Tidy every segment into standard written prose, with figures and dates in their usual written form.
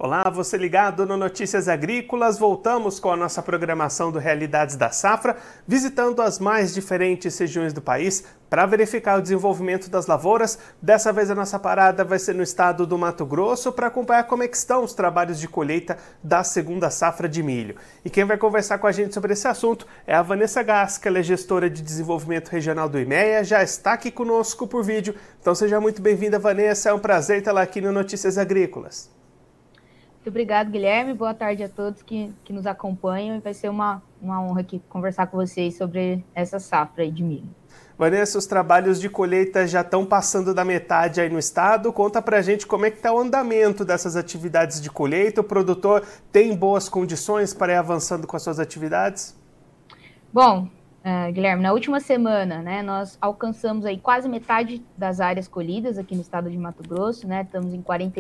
Olá, você ligado no Notícias Agrícolas, voltamos com a nossa programação do Realidades da Safra, visitando as mais diferentes regiões do país para verificar o desenvolvimento das lavouras. Dessa vez a nossa parada vai ser no estado do Mato Grosso para acompanhar como é que estão os trabalhos de colheita da segunda safra de milho. E quem vai conversar com a gente sobre esse assunto é a Vanessa Gasca, ela é gestora de desenvolvimento regional do IMEA, já está aqui conosco por vídeo. Então seja muito bem-vinda, Vanessa, é um prazer tê-la aqui no Notícias Agrícolas. Muito obrigado, Guilherme. Boa tarde a todos que nos acompanham. Vai ser uma honra aqui conversar com vocês sobre essa safra aí de milho. Vanessa, os trabalhos de colheita já estão passando da metade aí no estado. Conta pra gente como é que está o andamento dessas atividades de colheita. O produtor tem boas condições para ir avançando com as suas atividades? Bom, Guilherme, na última semana, né, nós alcançamos aí quase metade das áreas colhidas aqui no estado de Mato Grosso, né? Estamos em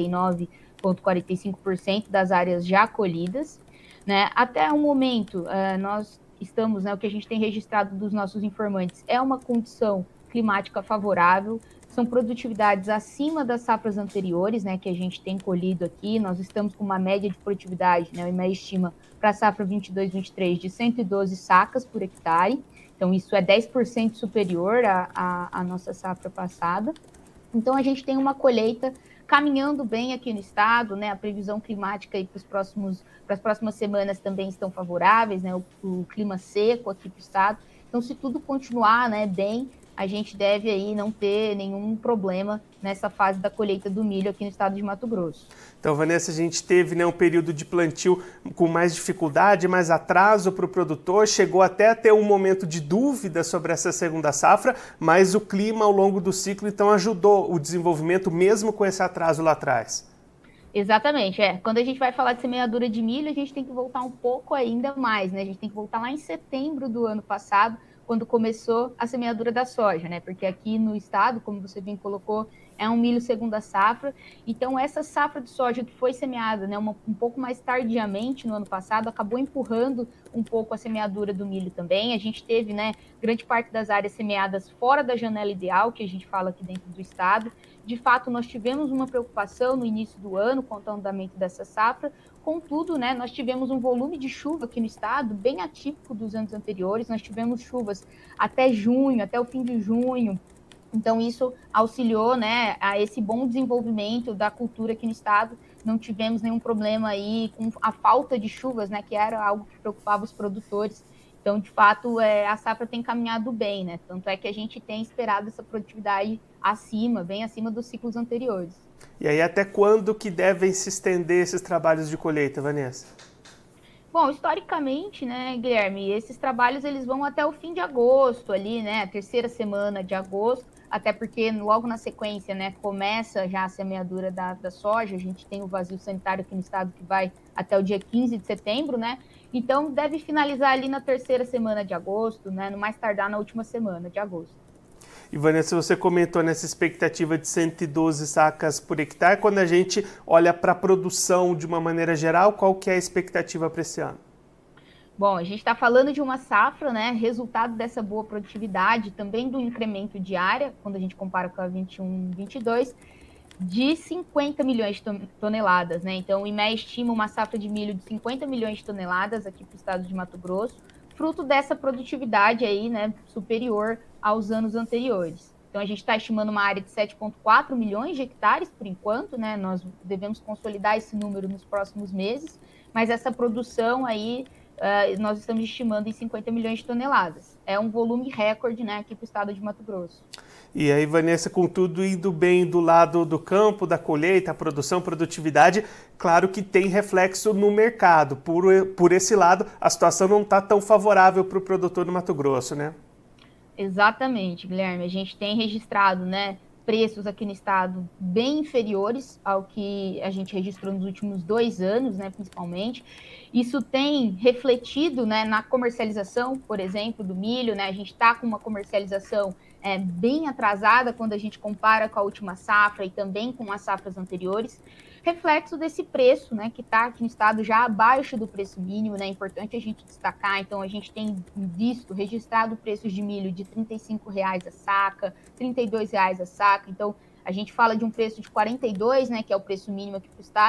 49,45% das áreas já colhidas, né? Até o momento, nós estamos, né, o que a gente tem registrado dos nossos informantes é uma condição climática favorável, são produtividades acima das safras anteriores, né, que a gente tem colhido aqui. Nós estamos com uma média de produtividade, né, o IMEA estima para a safra 22/23 de 112 sacas por hectare, então isso é 10% superior à nossa safra passada. Então a gente tem uma colheita caminhando bem aqui no estado, né? A previsão climática aí para as próximas semanas também estão favoráveis, né? O clima seco aqui para o estado. Então, se tudo continuar, né, bem, a gente deve aí não ter nenhum problema nessa fase da colheita do milho aqui no estado de Mato Grosso. Então, Vanessa, a gente teve, né, um período de plantio com mais dificuldade, mais atraso para o produtor, chegou até a ter um momento de dúvida sobre essa segunda safra, mas o clima ao longo do ciclo, então, ajudou o desenvolvimento mesmo com esse atraso lá atrás. Exatamente, Quando a gente vai falar de semeadura de milho, a gente tem que voltar um pouco ainda mais, né? A gente tem que voltar lá em setembro do ano passado, quando começou a semeadura da soja, né? Porque aqui no estado, como você bem colocou, é um milho segunda safra. Então, essa safra de soja que foi semeada, né, um pouco mais tardiamente no ano passado, acabou empurrando um pouco a semeadura do milho também. A gente teve, né, grande parte das áreas semeadas fora da janela ideal, que a gente fala aqui dentro do estado. De fato, nós tivemos uma preocupação no início do ano quanto ao andamento dessa safra. Contudo, né, nós tivemos um volume de chuva aqui no estado bem atípico dos anos anteriores. Nós tivemos chuvas até junho, até o fim de junho. Então, isso auxiliou, né, a esse bom desenvolvimento da cultura aqui no estado. Não tivemos nenhum problema aí com a falta de chuvas, né, que era algo que preocupava os produtores. Então, de fato, a safra tem caminhado bem, né? Tanto é que a gente tem esperado essa produtividade bem acima dos ciclos anteriores. E aí, até quando que devem se estender esses trabalhos de colheita, Vanessa? Bom, historicamente, né, Guilherme, esses trabalhos eles vão até o fim de agosto ali, né, a terceira semana de agosto, até porque logo na sequência, né, começa já a semeadura da soja. A gente tem o vazio sanitário aqui no estado que vai até o dia 15 de setembro, né, então deve finalizar ali na terceira semana de agosto, né, no mais tardar na última semana de agosto. E, Vanessa, você comentou nessa expectativa de 112 sacas por hectare. Quando a gente olha para a produção de uma maneira geral, qual que é a expectativa para esse ano? Bom, a gente está falando de uma safra, né, resultado dessa boa produtividade, também do incremento de área, quando a gente compara com a 21/22, de 50 milhões de toneladas, né? Então, o IMEA estima uma safra de milho de 50 milhões de toneladas aqui para o estado de Mato Grosso, fruto dessa produtividade aí, né, superior aos anos anteriores. Então, a gente está estimando uma área de 7,4 milhões de hectares por enquanto, né? Nós devemos consolidar esse número nos próximos meses, mas essa produção aí, nós estamos estimando em 50 milhões de toneladas. É um volume recorde, né, aqui para o estado de Mato Grosso. E aí, Vanessa, com tudo indo bem do lado do campo, da colheita, a produção, produtividade, claro que tem reflexo no mercado. Por esse lado, a situação não está tão favorável para o produtor do Mato Grosso, né? Exatamente, Guilherme. A gente tem registrado, né, preços aqui no estado bem inferiores ao que a gente registrou nos últimos 2 anos, né, principalmente. Isso tem refletido, né, na comercialização, por exemplo, do milho, né? A gente está com uma comercialização bem atrasada quando a gente compara com a última safra e também com as safras anteriores. Reflexo desse preço, né, que está aqui no estado já abaixo do preço mínimo, né? É importante a gente destacar. Então, a gente tem registrado preços de milho de R$ 35,00 a saca, R$ 32,00 a saca. Então, a gente fala de um preço de 42, né, que é o preço mínimo aqui para o estado,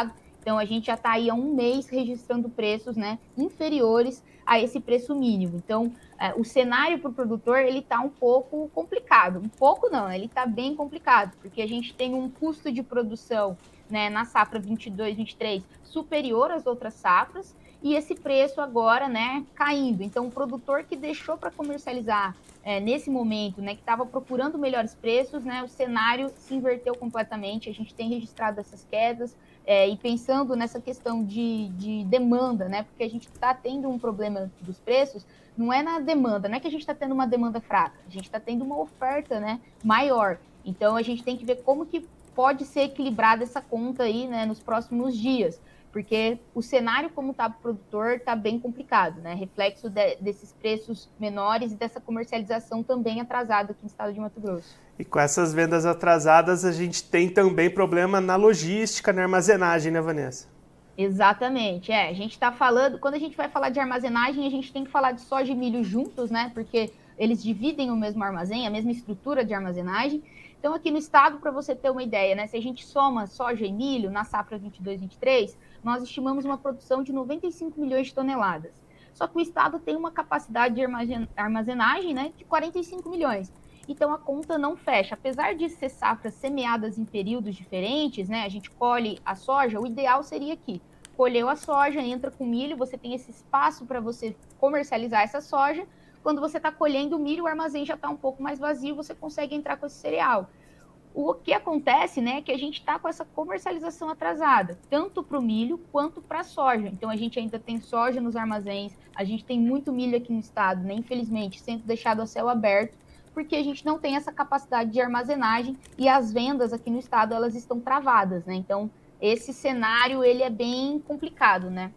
Então, a gente já está aí há um mês registrando preços, né, inferiores a esse preço mínimo. Então, o cenário para o produtor, ele está um pouco complicado. Um pouco não, ele está bem complicado, porque a gente tem um custo de produção, né, na safra 22-23 superior às outras safras, e esse preço agora, né, caindo. Então, o produtor que deixou para comercializar nesse momento, né, que estava procurando melhores preços, né, o cenário se inverteu completamente. A gente tem registrado essas quedas e pensando nessa questão de demanda, né, porque a gente está tendo um problema dos preços, não é na demanda, não é que a gente está tendo uma demanda fraca, a gente está tendo uma oferta, né, maior. Então, a gente tem que ver como que pode ser equilibrada essa conta aí, né, nos próximos dias, porque o cenário como está para o produtor está bem complicado, né? Reflexo desses preços menores e dessa comercialização também atrasada aqui no estado de Mato Grosso. E com essas vendas atrasadas, a gente tem também problema na logística, na armazenagem, né, Vanessa? Exatamente, a gente está falando, quando a gente vai falar de armazenagem, a gente tem que falar de soja e milho juntos, né? Porque eles dividem o mesmo armazém, a mesma estrutura de armazenagem. Então, aqui no estado, para você ter uma ideia, né? Se a gente soma soja e milho na safra 22-23, nós estimamos uma produção de 95 milhões de toneladas. Só que o estado tem uma capacidade de armazenagem, né, de 45 milhões. Então, a conta não fecha. Apesar de ser safras semeadas em períodos diferentes, né, a gente colhe a soja, o ideal seria que colheu a soja, entra com milho, você tem esse espaço para você comercializar essa soja. Quando você está colhendo o milho, o armazém já está um pouco mais vazio, você consegue entrar com esse cereal. O que acontece, né, é que a gente está com essa comercialização atrasada, tanto para o milho quanto para a soja. Então, a gente ainda tem soja nos armazéns, a gente tem muito milho aqui no estado, né, infelizmente, sendo deixado a céu aberto, porque a gente não tem essa capacidade de armazenagem e as vendas aqui no estado, elas estão travadas, né? Então, esse cenário, ele é bem complicado, né?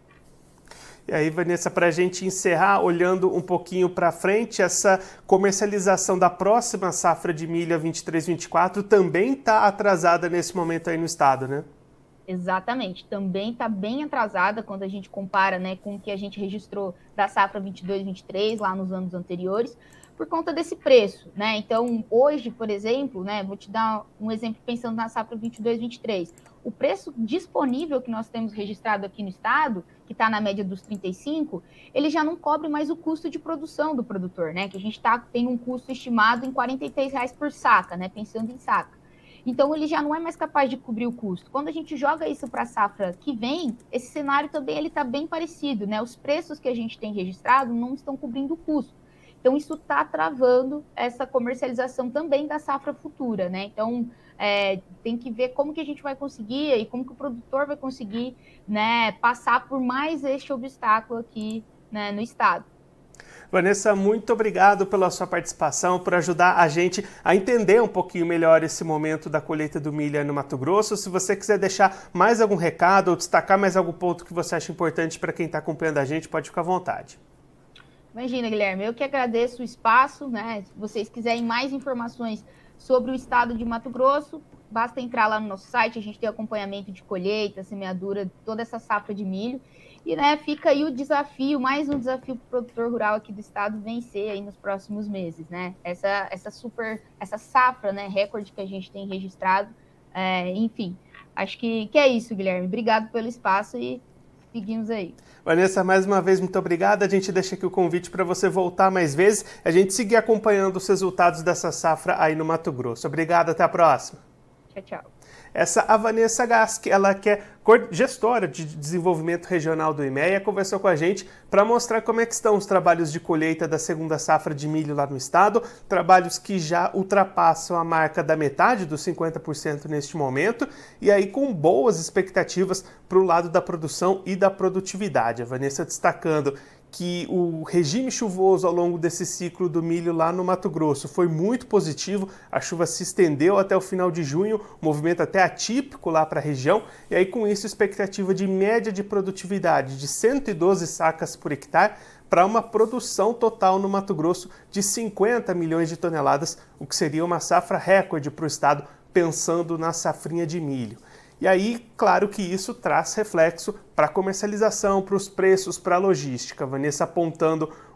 E aí, Vanessa, para a gente encerrar, olhando um pouquinho para frente, essa comercialização da próxima safra de milho 23-24 também está atrasada nesse momento aí no estado, né? Exatamente, também está bem atrasada quando a gente compara, né, com o que a gente registrou da safra 22-23 lá nos anos anteriores, por conta desse preço, né? Então, hoje, por exemplo, né, vou te dar um exemplo pensando na safra 22-23. O preço disponível que nós temos registrado aqui no estado, que está na média dos 35, ele já não cobre mais o custo de produção do produtor, né? Que a gente tem um custo estimado em R$ 43,00 por saca, né? Pensando em saca. Então, ele já não é mais capaz de cobrir o custo. Quando a gente joga isso para a safra que vem, esse cenário também está bem parecido, né? Os preços que a gente tem registrado não estão cobrindo o custo. Então, isso está travando essa comercialização também da safra futura, né? Então, tem que ver como que a gente vai conseguir e como que o produtor vai conseguir, né, passar por mais este obstáculo aqui, né, no estado. Vanessa, muito obrigado pela sua participação, por ajudar a gente a entender um pouquinho melhor esse momento da colheita do milho no Mato Grosso. Se você quiser deixar mais algum recado ou destacar mais algum ponto que você acha importante para quem está acompanhando a gente, pode ficar à vontade. Imagina, Guilherme, eu que agradeço o espaço, né? Se vocês quiserem mais informações sobre o estado de Mato Grosso, basta entrar lá no nosso site, a gente tem acompanhamento de colheita, semeadura, toda essa safra de milho. E, né, fica aí o desafio, mais um desafio para o produtor rural aqui do estado vencer aí nos próximos meses, né? Essa safra, né, recorde que a gente tem registrado. Enfim, acho que é isso, Guilherme. Obrigado pelo espaço e seguimos aí. Vanessa, mais uma vez, muito obrigada. A gente deixa aqui o convite para você voltar mais vezes, a gente seguir acompanhando os resultados dessa safra aí no Mato Grosso. Obrigado, até a próxima. Tchau, tchau. Essa é a Vanessa Gask, ela que é gestora de desenvolvimento regional do IMEA, conversou com a gente para mostrar como é que estão os trabalhos de colheita da segunda safra de milho lá no estado, trabalhos que já ultrapassam a marca da metade dos 50% neste momento, e aí com boas expectativas para o lado da produção e da produtividade. A Vanessa destacando que o regime chuvoso ao longo desse ciclo do milho lá no Mato Grosso foi muito positivo, a chuva se estendeu até o final de junho, movimento até atípico lá para a região, e aí com isso expectativa de média de produtividade de 112 sacas por hectare para uma produção total no Mato Grosso de 50 milhões de toneladas, o que seria uma safra recorde para o estado, pensando na safrinha de milho. E aí, claro que isso traz reflexo para a comercialização, para os preços, para a logística. Vanessa apontando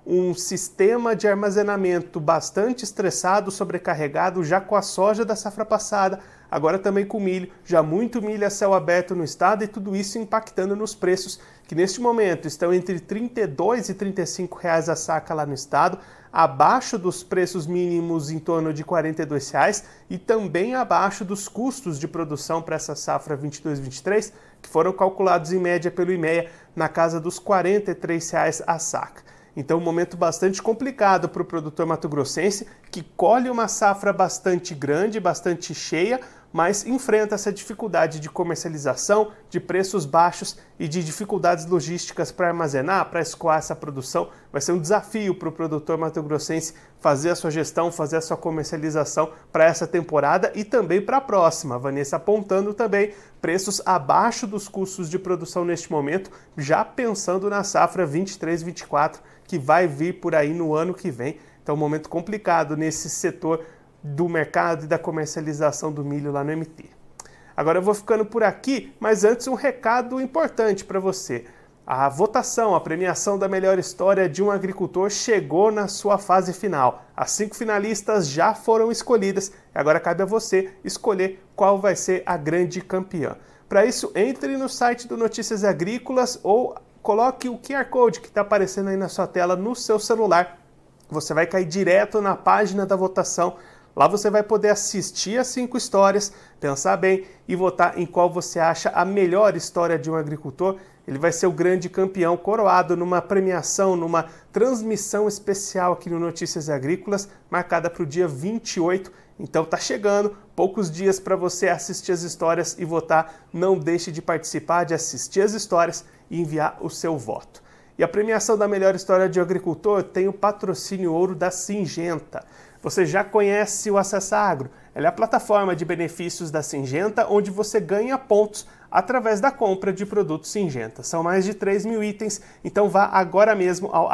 um sistema de armazenamento bastante estressado, sobrecarregado, já com a soja da safra passada, agora também com milho, já muito milho a céu aberto no estado e tudo isso impactando nos preços que neste momento estão entre R$ 32 e R$ 35 reais a saca lá no estado, abaixo dos preços mínimos em torno de R$ 42 reais, e também abaixo dos custos de produção para essa safra 22-23, que foram calculados em média pelo IMEA na casa dos R$ 43 reais a saca. Então, um momento bastante complicado para o produtor mato-grossense, que colhe uma safra bastante grande, bastante cheia, mas enfrenta essa dificuldade de comercialização, de preços baixos e de dificuldades logísticas para armazenar, para escoar essa produção. Vai ser um desafio para o produtor mato-grossense fazer a sua gestão, fazer a sua comercialização para essa temporada e também para a próxima. A Vanessa apontando também preços abaixo dos custos de produção neste momento, já pensando na safra 23-24, que vai vir por aí no ano que vem. Então, um momento complicado nesse setor do mercado e da comercialização do milho lá no MT. Agora eu vou ficando por aqui, mas antes um recado importante para você. A votação, a premiação da melhor história de um agricultor chegou na sua fase final. As 5 finalistas já foram escolhidas e agora cabe a você escolher qual vai ser a grande campeã. Para isso, entre no site do Notícias Agrícolas ou coloque o QR Code que está aparecendo aí na sua tela no seu celular. Você vai cair direto na página da votação. Lá você vai poder assistir as 5 histórias, pensar bem e votar em qual você acha a melhor história de um agricultor. Ele vai ser o grande campeão coroado numa premiação, numa transmissão especial aqui no Notícias Agrícolas, marcada para o dia 28. Então tá chegando, poucos dias para você assistir as histórias e votar. Não deixe de participar, de assistir as histórias e enviar o seu voto. E a premiação da melhor história de um agricultor tem o patrocínio ouro da Syngenta. Você já conhece o Acessa Agro? Ela é a plataforma de benefícios da Syngenta, onde você ganha pontos através da compra de produtos Syngenta. São mais de 3 mil itens, então vá agora mesmo ao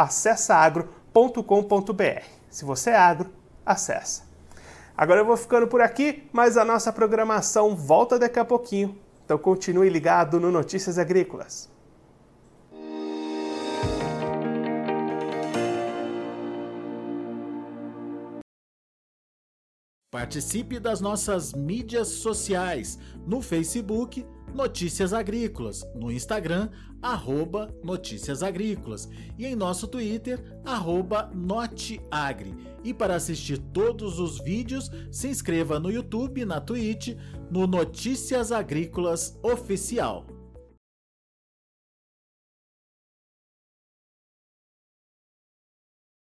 acessaagro.com.br. Se você é agro, acessa. Agora eu vou ficando por aqui, mas a nossa programação volta daqui a pouquinho. Então continue ligado no Notícias Agrícolas. Participe das nossas mídias sociais, no Facebook, Notícias Agrícolas, no Instagram, @Notícias Agrícolas e em nosso Twitter, @Noteagri. E para assistir todos os vídeos, se inscreva no YouTube, na Twitch, no Notícias Agrícolas Oficial.